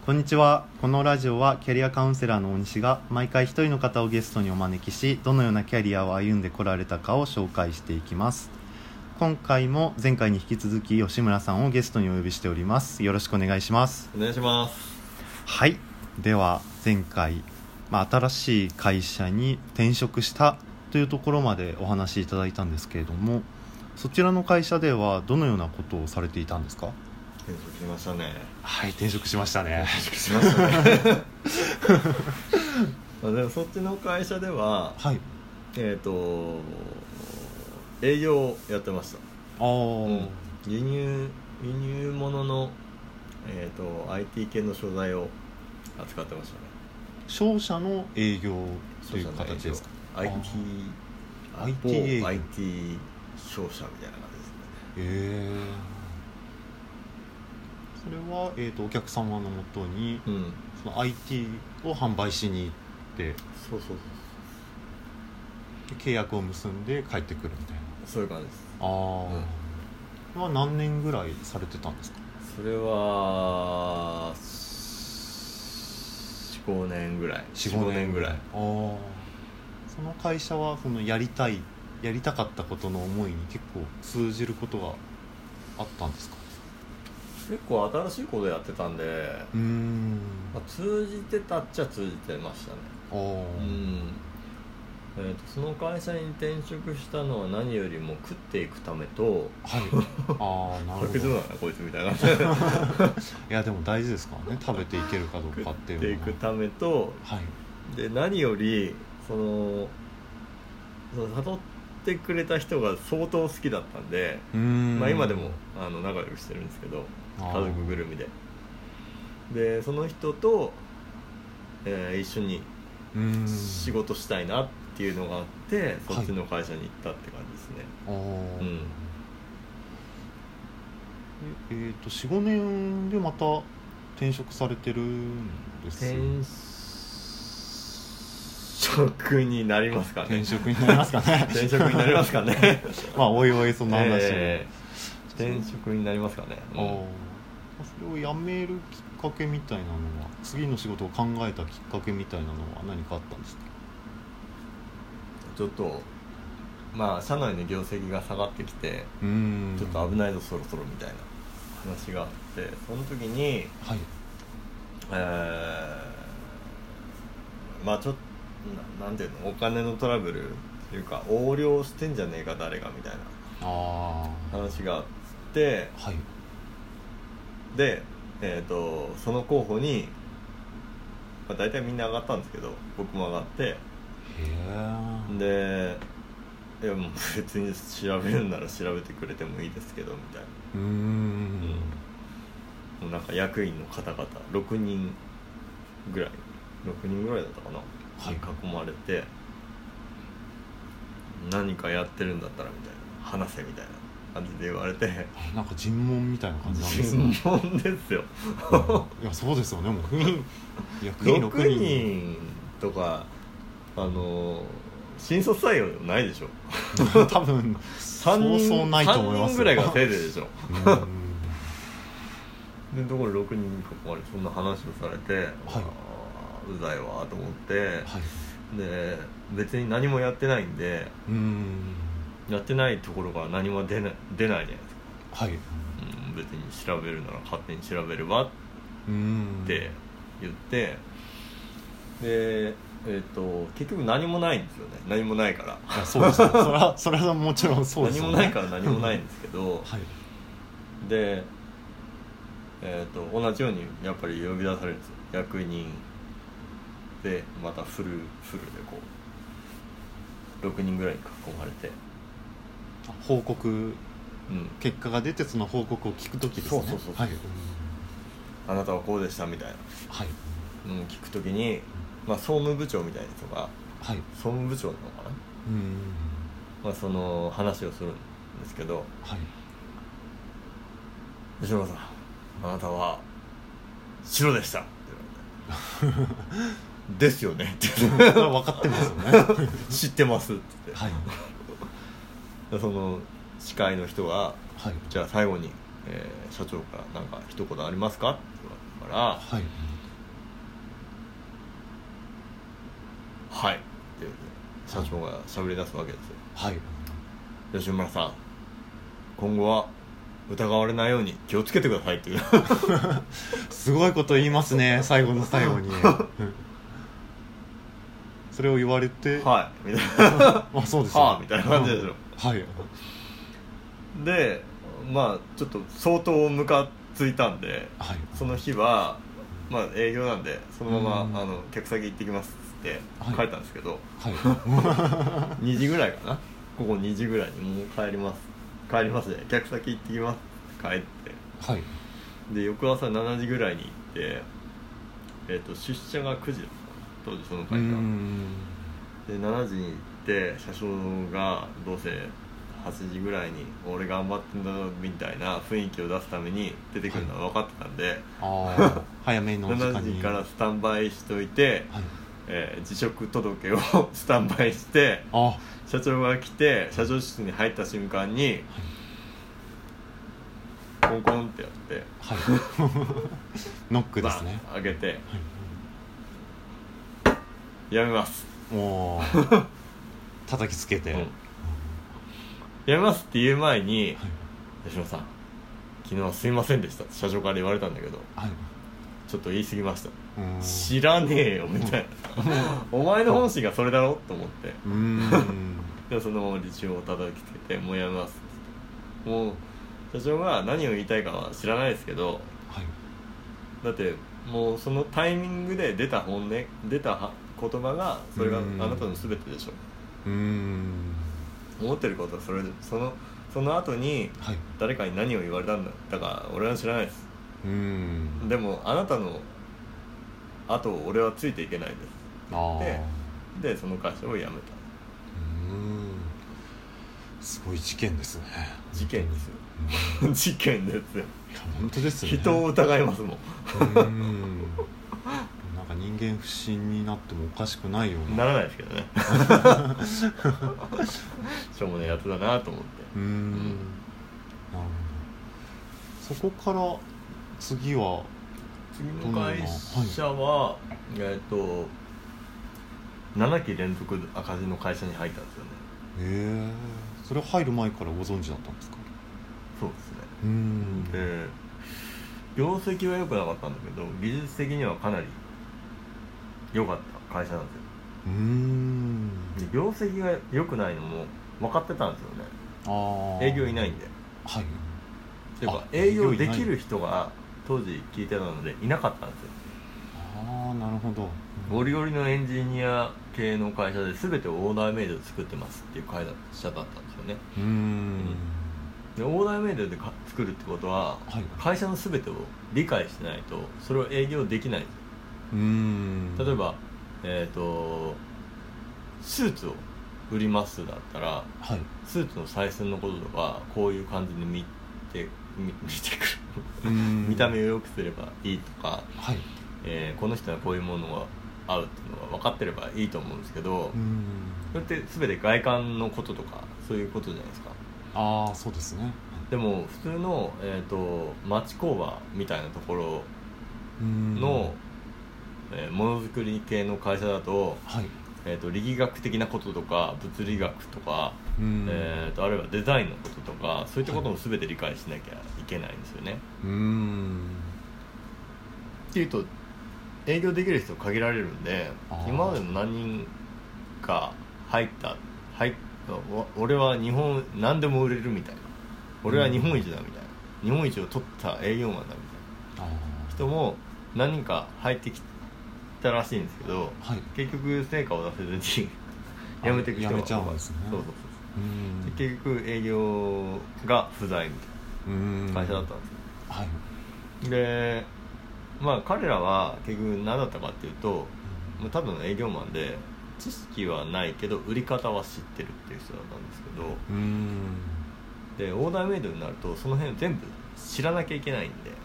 こんにちは。このラジオはキャリアカウンセラーの大西が毎回一人の方をゲストにお招きし、どのようなキャリアを歩んでこられたかを紹介していきます。今回も前回に引き続き吉村さんをゲストにお呼びしております。よろしくお願いします。 お願いします。 はい。では前回、新しい会社に転職したというところまでお話しいただいたんですけれども、そちらの会社ではどのようなことをされていたんですか？ 転職しましたね。 はい、転職しましたね。 転職しましたね。でもそっちの会社では、 はい、 営業をやってました。輸入物の、IT 系の商材を扱ってましたね。 商社の営業という形ですか？ IT 営業、IT 商社みたいな感じですね。 それは、お客様のもとに、その IT を販売しに行って、 そうで契約を結んで帰ってくるみたいな。 そういう感じです。 それは何年ぐらいされてたんですか？ それは 4,5 年ぐらい。4,5 年ぐらい。 その会社はそのやりたかったことの思いに結構通じることがあったんですか？ 結構新しいことやってたんで、通じてたっちゃ通じてましたね。その会社に転職したのは何よりも食っていくためと、 なるほど。 大丈夫だなこいつみたいな。いやでも大事ですからね、食べていけるかどうかっていうのは。 食っていくためと、で何よりその誘ってくれた人が相当好きだったんで、今でも仲良くしてるんですけど、家族ぐるみでその人と、一緒に仕事したいなっていうのがあって、そっちの会社に行ったって感じですね。 4,5 年でまた転職されてるんですよ。 転職になりますかね。 転職になりますかね。 転職になりますかね。 おいおいそんな話を、 転職になりますかね。 それを辞めるきっかけみたいなのは、次の仕事を考えたきっかけみたいなのは何かあったんですか？ ちょっと社内の業績が下がってきて、ちょっと危ないぞそろそろみたいな話があって、その時に、ちょっとなんていうの、お金のトラブルというか横領してんじゃねえか誰がみたいな話があって、で、その候補に、大体みんな上がったんですけど、僕も上がって、でいやもう別に調べるなら調べてくれてもいいですけどみたいな。もうなんか役員の方々6人ぐらいだったかな、に囲まれて、何かやってるんだったらみたいな、話せみたいな感じで言われて、 なんか尋問みたいな感じなんですね。 尋問ですよ。 いやそうですよね。もう 6人とか新卒採用でもないでしょ。 多分そうそうないと思います。 3人ぐらいがせいでしょ。でところ6人に囲まれてそんな話をされて、うざいわと思って、で別に何もやってないんで、やってないところから何も出ないじゃないですか。別に調べるなら勝手に調べればって言って、で結局何もないんですよね。何もないから。 そうですね。それはもちろんそうですよね。 何もないから何もないんですけど、で、同じようにやっぱり呼び出されるんですよ。役人でまたフルでこう6人ぐらいに囲まれて、 報告、結果が出てその報告を聞くときですね。そうあなたはこうでしたみたいな、聞くときに、総務部長みたいな人が、総務部長なのかな、その話をするんですけど、吉村さん、あなたは白でしたって言われてですよねって分かってますよね。 知ってますって言って、その司会の人が、じゃあ最後に、社長から何か一言ありますかって言われたから、 社長が喋り出すわけですよ。 はい。 吉村さん、今後は疑われないように気をつけてくださいっていうすごいこと言いますね、最後の最後にそれを言われて、 はいみたいなあ、そうですはあみたいな感じでしょ。 はい。 でまあちょっと相当ムカついたんで、 はい、 その日はまあ営業なんでそのまま客先行ってきますって帰ったんですけど、 はい 2時ぐらいかな、ここ2時ぐらいにもう帰りますね、客先行ってきますって帰って、 はい、で翌朝7時ぐらいに行って、出社が9時だった当時その会社で、7時に行って社長がどうせ8時ぐらいに俺頑張ってんだみたいな雰囲気を出すために出てくるのは分かってたんで、 あ早めの時間に 7時からスタンバイしといて、はい、辞職届をスタンバイして、社長が来て社長室に入った瞬間に、はい、コンコンってやって、 はい、ノックですね、 開けて、はい、やめますお叩きつけて、 うん、やめますって言う前に、はい、吉野さん昨日はすいませんでしたって社長から言われたんだけど、はい、ちょっと言い過ぎました、知らねえよみたいなお前の本心がそれだろと思ってでそのまま理事を叩きつけてもうやめますってもう社長が何を言いたいかは知らないですけど、はい、だってもうそのタイミングで出た本音出た言葉がそれがあなたの全てでしょ。思ってることはそれでその後に誰かに何を言われたんだから俺は知らないです。でもあなたの後を俺はついていけないですでその会社を辞めた。 すごい事件ですね。 事件ですよ事件ですよ。いや本当ですね。 人を疑いますもんなんか人間不信になってもおかしくないようならないですけどねしょうもないやつだなと思って。 なるほど。そこから次の会社は、7期連続赤字の会社に入ったんですよね。 それ入る前からご存知だったんですか？ そうですね。で業績は良くなかったんだけど技術的にはかなり良かった会社なんですよ。で業績が良くないのも分かってたんですよね。営業いないんで。はい。っていうか営業できる人が当時聞いてたのでいなかったんですよ。 なるほど。 ゴリゴリのエンジニア系の会社で全てをオーダーメイドで作ってますっていう会社だったんですよね。でオーダーメイドで作るってことは、はい、会社の全てを理解してないとそれを営業できないんですよ。例えば、スーツを売りますだったら、はい、スーツの採寸のこととかこういう感じで見てくる見た目を良くすればいいとか、はい、この人はこういうものが合うっていうのが分かってればいいと思うんですけど、それって全て外観のこととかそういうことじゃないですか。 そうですね。 でも普通の、町工場みたいなところの、ものづくり系の会社だと、はい、力学的なこととか物理学とか、あるいはデザインのこととかそういったことも全て理解しなきゃいけないんですよね。っていうと営業できる人限られるんで今までの何人か俺は何でも売れるみたいな、俺は日本一だみたいな、日本一を取った営業マンだみたいな人も何人か入ってきたらしいんですけど、はい、結局成果を出せずに辞めていく人が辞めちゃうんですね。 そうで結局営業が不在みたいな会社だったんですよ。はい、でまあ彼らは結局何だったかっていうと、ただの営業マンで知識はないけど売り方は知ってるっていう人だったんですけど、でオーダーメイドになるとその辺全部知らなきゃいけないんで、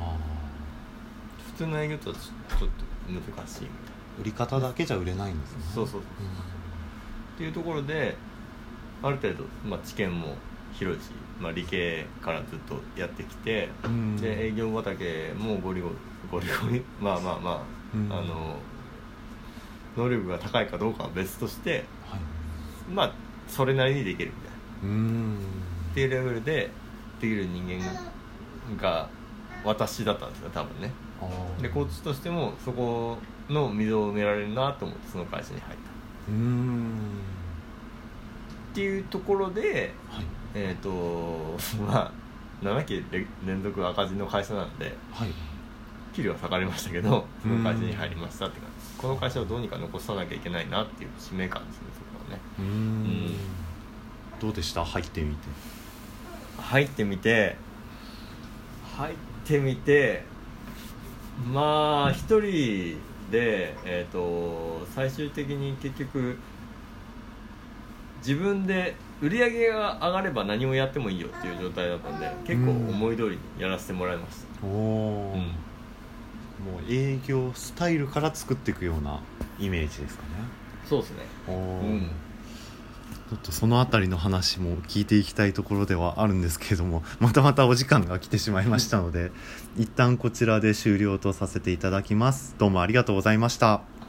普通の営業とはちょっと難しいみたいな。 売り方だけじゃ売れないんですね。 そうっていうところである程度、知見も広いし、理系からずっとやってきて、で営業畑もゴリゴリ能力が高いかどうかは別として、 はい、 まあそれなりにできるみたいなっていうレベルでできる人間が私だったんですよ多分ね。でコーチとしてもそこの溝を埋められるなと思ってその会社に入ったっていうところで、はい、まあ7期連続赤字の会社なんで、はい、給料は下がりましたけどその会社に入りましたって感じ。この会社をどうにか残さなきゃいけないなっていう使命感ですねそこはね。 どうでした入ってみてまあ一人で、最終的に結局自分で売り上げが上がれば何をやってもいいよっていう状態だったんで結構思い通りにやらせてもらいました。もう営業スタイルから作っていくようなイメージですかね。 そうですね。 ちょっとそのあたりの話も聞いていきたいところではあるんですけれどもまたお時間が来てしまいましたので一旦こちらで終了とさせていただきます。どうもありがとうございました。